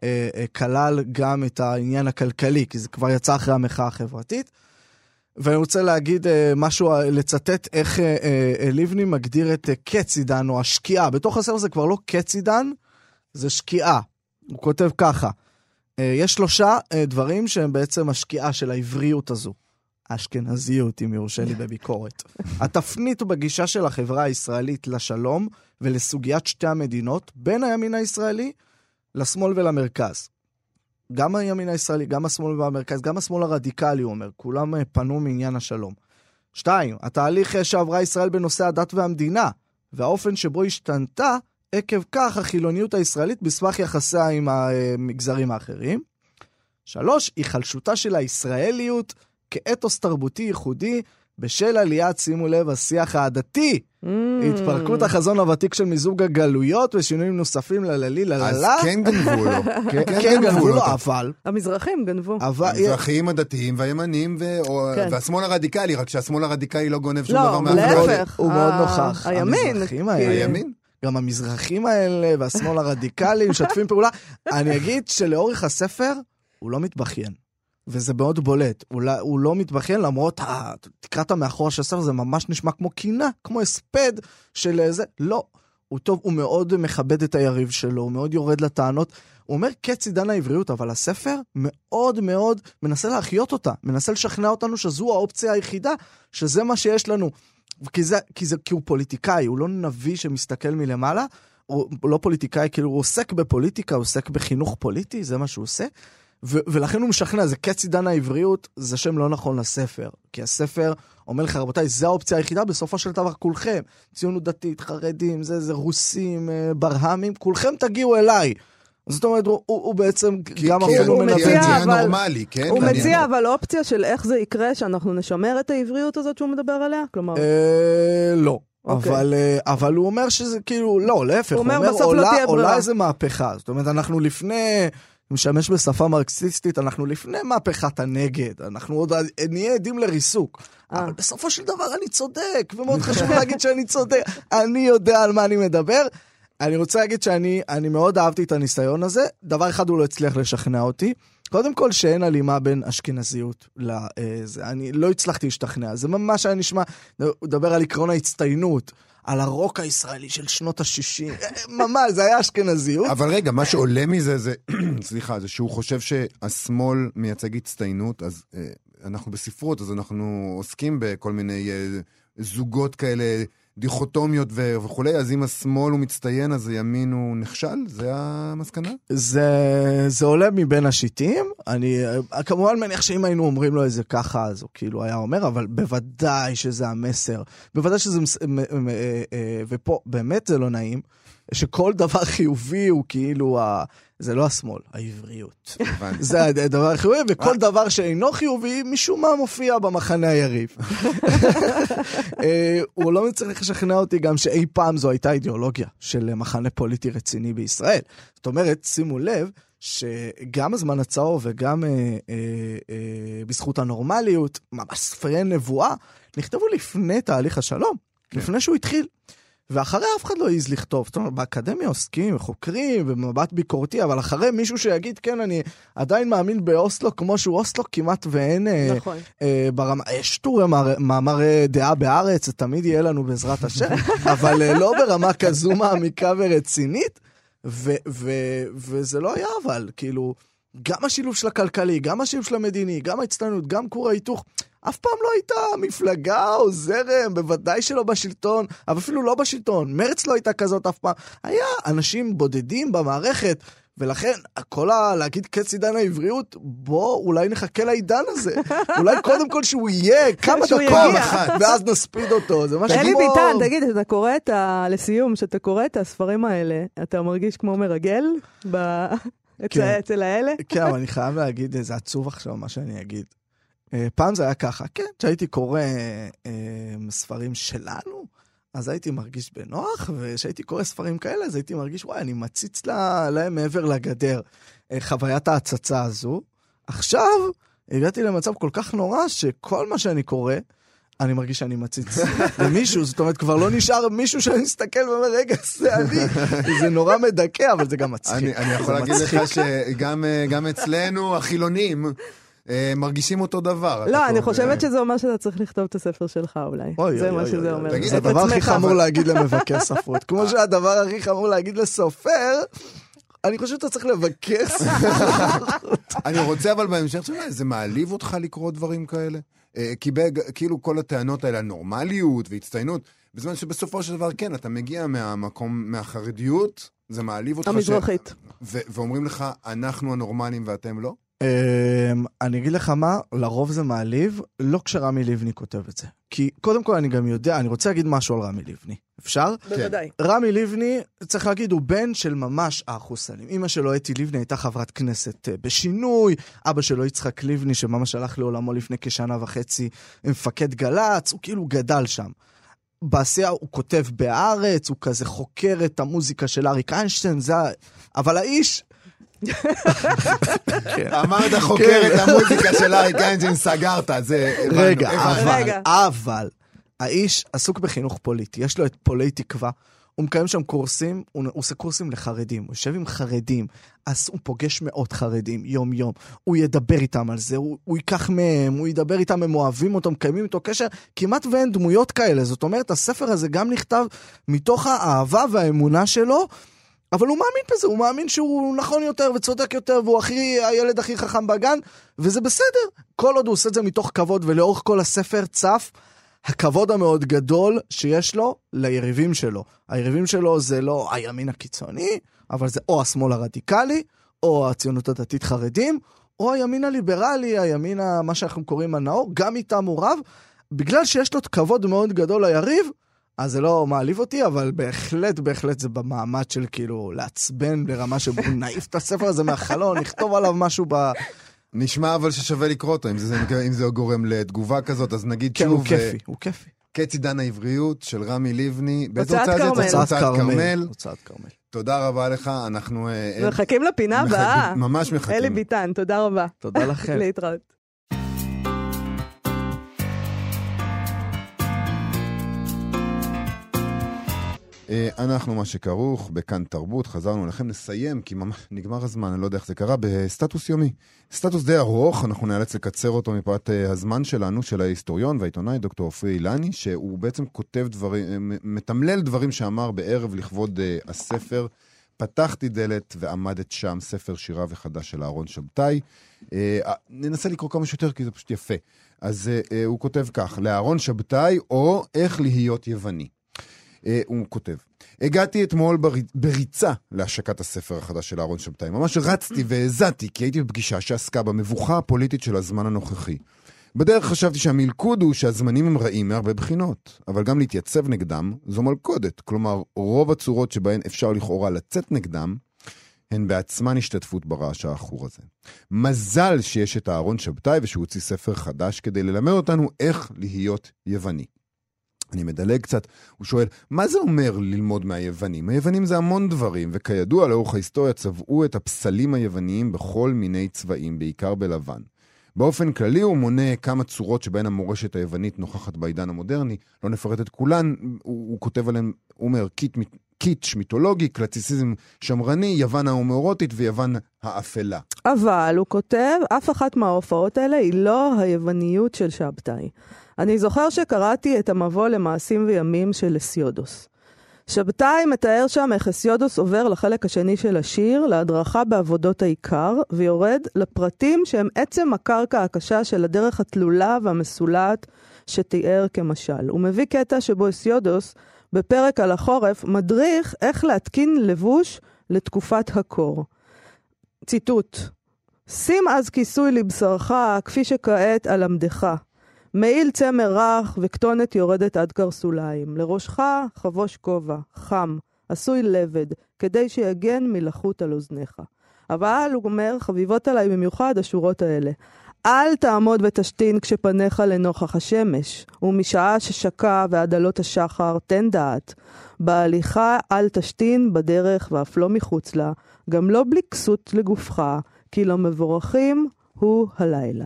כלל גם את העניין הכלכלי, כי זה כבר יצא אחרי המחאה החברתית, ואני רוצה להגיד משהו, לצטט איך לבני מגדיר את קץ עידן או השקיעה, בתוך הספר זה כבר לא קץ עידן, זה שקיעה, הוא כותב ככה, יש 3 דברים שהם בעצם השקיעה של העבריות הזו, האשכנזיות, אם יורשה לי בביקורת. התפנית בגישה של החברה הישראלית לשלום ולסוגיית 2 המדינות, בין הימין הישראלי לשמאל ולמרכז. גם הימין הישראלי, גם השמאל והמרכז, גם השמאל הרדיקלי, הוא אומר, כולם פנו מעניין השלום. 2, התהליך שעברה ישראל בנושא הדת והמדינה, והאופן שבו השתנתה, עקב כך החילוניות הישראלית בסבך יחסיה עם המגזרים האחרים. 3, היחלשותה של הישראליות כאתוס תרבותי ייחודי, בשל עליית, שימו לב, השיח העדתי. התפרקות החזון הוותיק של מיזוג הגלויות ושינויים נוספים לללי. אז כן גנבו לו. כן גנבו לו, אבל... המזרחים גנבו. המזרחים הדתיים והימנים והשמאל הרדיקלי, רק שהשמאל הרדיקלי לא גונב שום דבר לא, להפך. הוא מאוד נוכח. הימין. גם המזרחים האלה והשמאל הרדיקלי משתפים פעולה. אני אגיד שלאורך הספר הוא לא מתבכיין. וזה מאוד בולט. הוא לא מתבכיין, למרות, תקראת מאחורה של הספר, זה ממש נשמע כמו קינה, כמו הספד של איזה, לא. הוא טוב, הוא מאוד מכבד את היריב שלו, הוא מאוד יורד לטענות. הוא אומר, קץ עידן העבריות, אבל הספר מאוד מאוד מנסה להחיות אותה, מנסה לשכנע אותנו שזו האופציה היחידה, שזה מה שיש לנו. כי הוא פוליטיקאי, הוא לא נביא שמסתכל מלמעלה, הוא לא פוליטיקאי, כאילו הוא עוסק בפוליטיקה, הוא עוסק בחינוך פוליטי, זה מה שהוא עושה. ולכן הוא משכנע, זה קץ עידן העבריות, זה שם לא נכון לספר. כי הספר אומר לך, רבותיי, זה האופציה היחידה, בסופו של דבר כולכם, ציונות דתית, חרדים, זה רוסים, ברהמים, כולכם תגיעו אליי. זאת אומרת, הוא בעצם גם אפילו מנבא. הוא מציע אבל אופציה של איך זה יקרה, שאנחנו נשמר את העבריות הזאת שהוא מדבר עליה? כלומר... לא. אבל הוא אומר שזה כאילו, לא, להפך, הוא אומר, עולה איזה מהפכה. זאת אומרת, אנחנו לפני משמש בשפה מרקסיסטית, אנחנו לפני מהפכת הנגד, אנחנו עוד נהיה עדים לריסוק. אבל בסופו של דבר אני צודק, ומאוד חשוב להגיד שאני צודק. אני יודע על מה אני מדבר. אני רוצה להגיד שאני מאוד אהבתי את הניסיון הזה. דבר אחד הוא לא הצליח לשכנע אותי. קודם כל שאין הלימה בין אשכנזיות לזה. אני לא הצלחתי להשתכנע. זה ממש היה נשמע, לדבר על עקרון ההצטיינות, על הרוק הישראלי של שנות ה-60. ממש, זה היה אשכנזיות. אבל רגע, מה שעולה מזה זה, סליחה, זה שהוא חושב שהשמאל מייצג הצטיינות, אז אנחנו בספרות, אז אנחנו עוסקים בכל מיני זוגות כאלה, דיכוטומיות וכולי, אז אם השמאל הוא מצטיין, אז הימין הוא נכשל? זה המסקנה? זה עולה מבין השיטים. אני כמובן מניח שאם היינו אומרים לו איזה ככה, אז הוא כאילו היה אומר, אבל בוודאי שזה המסר. בוודאי שזה, ופה באמת זה לא נעים, שכל דבר חיובי הוא כאילו, זה לא השמאל, העבריות. זה הדבר החיובי, וכל דבר שאינו חיובי, משום מה מופיע במחנה היריב. הוא לא מצליח לשכנע אותי גם שאי פעם זו הייתה אידיאולוגיה של מחנה פוליטי רציני בישראל. זאת אומרת, שימו לב, שגם הזמן הצהוב וגם בזכות הנורמליות, ממש ספרי נבואה, נכתבו לפני תהליך השלום, לפני שהוא התחיל. ואחרי אף אחד לא העז לכתוב. זאת אומרת, באקדמיה עוסקים, חוקרים, במבט ביקורתי, אבל אחרי מישהו שיגיד, כן, אני עדיין מאמין באוסלו, כמו שהוא אוסלו כמעט ואין נכון. ברמה, יש טורי מאמרי דעה בארץ, זה תמיד יהיה לנו בעזרת השם, אבל לא ברמה כזו מעמיקה ורצינית, וזה לא היה אבל, כאילו, גם השילוב של הכלכלי, גם השילוב של המדיני, גם ההצטיינות, גם כור ההיתוך, אף פעם לא הייתה מפלגה או זרם, בוודאי שלא בשלטון, אבל אפילו לא בשלטון. מרץ לא הייתה כזאת אף פעם. היה אנשים בודדים במערכת, ולכן, להגיד קץ עידן העבריות, בוא, אולי נחכה לעידן הזה. אולי קודם כל שהוא יהיה כמה דקות, ואז נספיד אותו. זה משהו כמו... אלי ביטן, תגיד, אתה קורא לסיום, שאתה קורא את הספרים האלה, אתה מרגיש כמו מרגל אצל האלה? כן, אבל אני חייב להגיד, זה עצוב עכשיו מה שאני אגיד. פעם זה היה ככה, כן, כשהייתי קורא ספרים שלנו, אז הייתי מרגיש בנוח, וכשהייתי קורא ספרים כאלה, אז הייתי מרגיש, וואי, אני מציץ להם מעבר לגדר. חוויית ההצצה הזו. עכשיו, הגעתי למצב כל כך נורא, שכל מה שאני קורא, אני מרגיש שאני מציץ למישהו, זאת אומרת, כבר לא נשאר מישהו שאני מסתכל ואומר, רגע, זה אני. זה נורא מדכא, אבל זה גם מצחיק. אני יכול להגיד לך שגם אצלנו, החילונים, מרגישים אותו דבר. לא, אני חושבת שזה אומר שאתה צריך לכתוב את הספר שלך אולי. זה מה שזה אומר. זה הדבר הכי חמור להגיד למבקר ספרות. כמו שהדבר הכי חמור להגיד לסופר, אני חושב שאתה צריך לבקר ספרות. אני רוצה אבל בהמשך שלה, זה מעליב אותך לקרוא דברים כאלה? כי כאילו כל הטענות האלה, הנורמליות והצטיינות, בזמן שבסופו של דבר כן, אתה מגיע מהמקום, מהחרדיות, זה מעליב אותך. המזרחית. ואומרים לך, אנחנו הנורמלים ואתם לא? אני אגיד לך מה, לרוב זה מעליב, לא כשרמי לבני כותב את זה. כי קודם כל אני גם יודע, אני רוצה להגיד משהו על רמי לבני. אפשר? בוודאי. רמי לבני, צריך להגיד, הוא בן של ממש האחוסנים. אמא שלו, אתי לבני, הייתה חברת כנסת בשינוי, אבא שלו, יצחק לבני, שממש הלך לעולמו לפני כשנה וחצי, מפקד גלץ, הוא כאילו גדל שם. בעשייה הוא כותב בארץ, הוא כזה חוקר את המוזיקה של אריק איינשטיין, אבל האיש... אמרת חוקר את המוזיקה של אריק איינשטיין, סגרת, זה... רגע, אבל האיש עסוק בחינוך פוליטי, יש לו את פולי תקווה, הוא מקיים שם קורסים, הוא עושה קורסים לחרדים, הוא יושב עם חרדים, אז הוא פוגש מאות חרדים יום יום, הוא ידבר איתם על זה, הוא ייקח מהם, הוא ידבר איתם, הם אוהבים אותו, מקיימים איתו קשר, כמעט ואין דמויות כאלה, זאת אומרת, הספר הזה גם נכתב מתוך האהבה והאמונה שלו, אבל הוא מאמין בזה, הוא מאמין שהוא נכון יותר וצודק יותר, והוא הילד הכי חכם בגן, וזה בסדר. כל עוד הוא עושה את זה מתוך כבוד, ולאורך כל הספר צף, הכבוד המאוד גדול שיש לו ליריבים שלו. היריבים שלו זה לא הימין הקיצוני, אבל זה או השמאל הרדיקלי, או הציונות הדתית חרדים, או הימין הליברלי, הימין מה שאנחנו קוראים הנאור, גם איתם הוא רב, בגלל שיש לו כבוד מאוד גדול ליריב, אז זה לא מעליב אותי, אבל בהחלט זה במעמד של כאילו לעצבן ברמה שבו נעיף את הספר הזה מהחלון, נכתוב עליו משהו נשמע אבל ששווה לקרוא אותו, אם זה גורם לתגובה כזאת, אז נגיד כן, שוב... כן, הוא כיפי. קץ עידן העבריות של רמי לבני. הוצאת כרמל. הוצאת כרמל. תודה רבה לך, אנחנו... מחכים לפינה הבאה. ממש מחכים. אלי ביטן, תודה רבה. תודה לכם. להתראות. אנחנו מה שכרוך בכאן תרבות, חזרנו לכם לסיים, כי ממש נגמר הזמן, אני לא יודע איך זה קרה, בסטטוס יומי. סטטוס די ארוך, אנחנו נאלץ לקצר אותו מפאת הזמן שלנו, של ההיסטוריון והעיתונאי דוקטור עופרי אילני, שהוא בעצם כותב דברים, מתמלל דברים שאמר בערב לכבוד הספר, פתחתי דלת ועמדת שם, ספר שירה וחדש של אהרון שבתאי. ננסה לקרוא כמה שיותר, כי זה פשוט יפה. אז הוא כותב כך, לאהרון שבתאי או איך להיות יווני. הוא כותב, הגעתי אתמול בריצה להשקת הספר החדש של אהרון שבתאי. ממש רצתי והזעתי, כי הייתי בפגישה שעסקה במבוכה הפוליטית של הזמן הנוכחי. בדרך חשבתי שהמלכוד הוא שהזמנים הם רעים מהרבה בחינות, אבל גם להתייצב נגדם זו מלכודת. כלומר, רוב הצורות שבהן אפשר לכאורה לצאת נגדם, הן בעצמן השתתפות ברעש האחור הזה. מזל שיש את אהרון שבתאי ושהוא הוציא ספר חדש כדי ללמד אותנו איך להיות יווני. אני מדלג קצת, הוא שואל, מה זה אומר ללמוד מהיוונים? היוונים זה המון דברים, וכידוע לאורך ההיסטוריה צבעו את הפסלים היווניים בכל מיני צבעים, בעיקר בלבן. באופן כללי הוא מונה כמה צורות שבהן המורשת היוונית נוכחת בעידן המודרני, לא נפרט את כולן, הוא כותב עליהם, הוא אומר, קיטש מיתולוגי, קלאסיציזם שמרני, יוון האומאורוטית ויוון האפלה. אבל הוא כותב, אף אחת מההופעות האלה היא לא היווניות של שבתאי. אני זוכר שקראתי את המבוא למעשים וימים של הסיודוס. שבתאי מתאר שם איך הסיודוס עובר לחלק השני של השיר, להדרכה בעבודות העיקר, ויורד לפרטים שהם עצם הקרקע הקשה של הדרך התלולה והמסולעת שתיאר כמשל. הוא מביא קטע שבו הסיודוס, בפרק על החורף, מדריך איך להתקין לבוש לתקופת הקור. ציטוט: שים אז כיסוי לבשרך, כפי שכעת על עמדך. מעיל צמר רך וכתונת יורדת עד קרסוליים. לראשך חבוש כובע, חם, עשוי לבד, כדי שיגן מלחות על אוזניך. אבל הוא אומר, חביבות עליי במיוחד השורות האלה. אל תעמוד ותשתין כשפניך לנוכח השמש, ומשעה ששקע ועד עלות השחר תן דעת. בהליכה אל תשתין בדרך ואף לא מחוץ לה, גם לא בלי כסות לגופך, כי לא מבורכים הוא הלילה.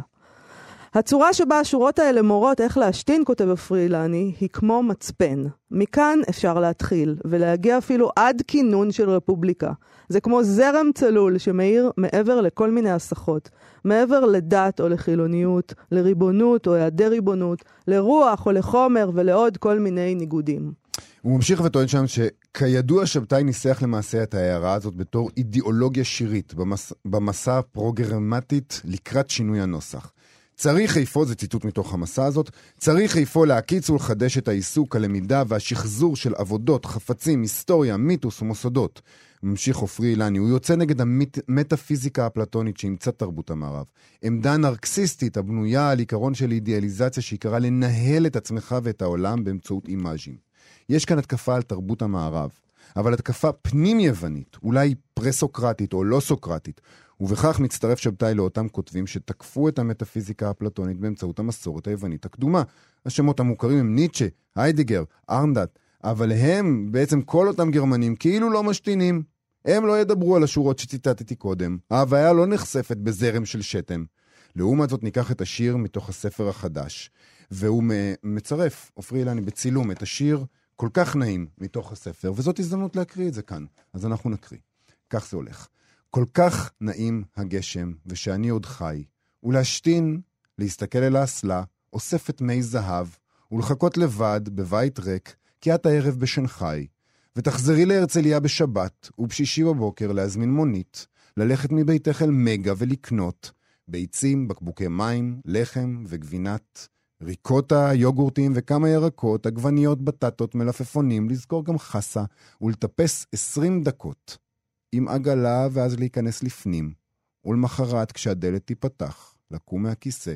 הצורה שבה השורות האלה מורות איך להשתין, כותב עופרי אילני, היא כמו מצפן. מכאן אפשר להתחיל ולהגיע אפילו עד כינון של רפובליקה. זה כמו זרם צלול שמאיר מעבר לכל מיני הסחות, מעבר לדת או לחילוניות, לריבונות או היעדר ריבונות, לרוח או לחומר ולעוד כל מיני ניגודים. הוא ממשיך וטוען שם שכידוע שבתאי ניסח למעשה את ההערה הזאת בתור אידיאולוגיה שירית במסע הפרוגרמטית לקראת שינוי הנוסח. צריך איפה, זה ציטוט מתוך המסע הזאת, צריך איפה להקיץ ולחדש את העיסוק, הלמידה והשחזור של עבודות, חפצים, היסטוריה, מיתוס ומוסדות. ממשיך עופרי אילני, הוא יוצא נגד המטאפיזיקה האפלטונית שהמצא תרבות המערב. עמדה נרקסיסטית הבנויה על עיקרון של אידיאליזציה שעיקרה לנהל את עצמך ואת העולם באמצעות אימאז'ים. יש כאן התקפה על תרבות המערב, אבל התקפה פנים יוונית, אולי פרסוקרטית או לא סוקרטית, ובכך מצטרף שבתאי לאותם כותבים שתקפו את המטאפיזיקה האפלטונית באמצעות המסורת היוונית הקדומה. השמות המוכרים הם ניטשה, היידגר, ארנדט, אבל הם, בעצם כל אותם גרמנים, כאילו לא משתינים. הם לא ידברו על השורות שציטטתי קודם. ההוויה לא נחשפת בזרם של שתם. לעומת זאת ניקח את השיר מתוך הספר החדש, והוא מצרף, עופרי אילני, בצילום את השיר כל כך נעים מתוך הספר, וזאת הזדמנות להקריא את זה כאן. אז אנחנו נקריא. כך זה הולך. כל כך נעים הגשם, ושאני עוד חי, ולהשתין, להסתכל אל האסלה, אוספת מי זהב, ולחכות לבד בבית ריק, כי את הערב בשנחי, ותחזרי להרצליה בשבת, ובשישי בבוקר להזמין מונית, ללכת מביתך אל מגה ולקנות, ביצים, בקבוקי מים, לחם וגבינת, ריקוטה, יוגורטים וכמה ירקות, עגבניות, בטטות, מלפפונים, לזכור גם חסה, ולטפס 20 דקות. עם עגלה ואז להיכנס לפנים, ולמחרת כשהדלת תיפתח, לקום מהכיסא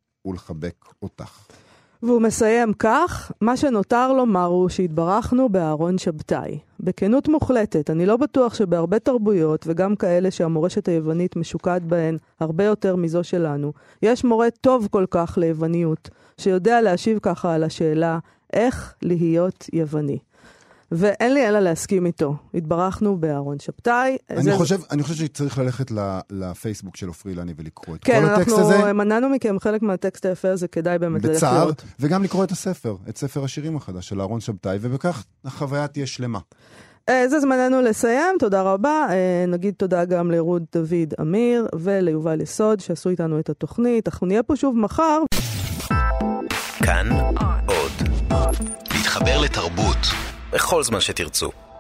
ולחבק אותך. והוא מסיים כך, מה שנותר לומר הוא שהתברכנו באהרון שבתאי. בכנות מוחלטת, אני לא בטוח שבהרבה תרבויות, וגם כאלה שהמורשת היוונית משוקעת בהן הרבה יותר מזו שלנו, יש מורה טוב כל כך ליווניות, שיודע להשיב ככה על השאלה, איך להיות יווני. ואין לי אלא להסכים איתו. התברכנו באהרון שבתאי. אני חושב שצריך ללכת לפייסבוק של עופרי אילני ולקרוא את כל הטקסט הזה. כן, אנחנו מנענו מכם חלק מהטקסט היפה הזה, כדאי באמת ללכת בצער, לראות. וגם לקרוא את הספר, את ספר השירים החדש של אהרון שבתאי, ובכך החוויה תהיה שלמה. זה זמננו לסיים, תודה רבה. נגיד תודה גם לרות דוד אמיר וליובל יסוד שעשו איתנו את התוכנית. אנחנו נהיה פה שוב מחר. כאן עוד. להתחבר לתרבות בכל זמן שתרצו.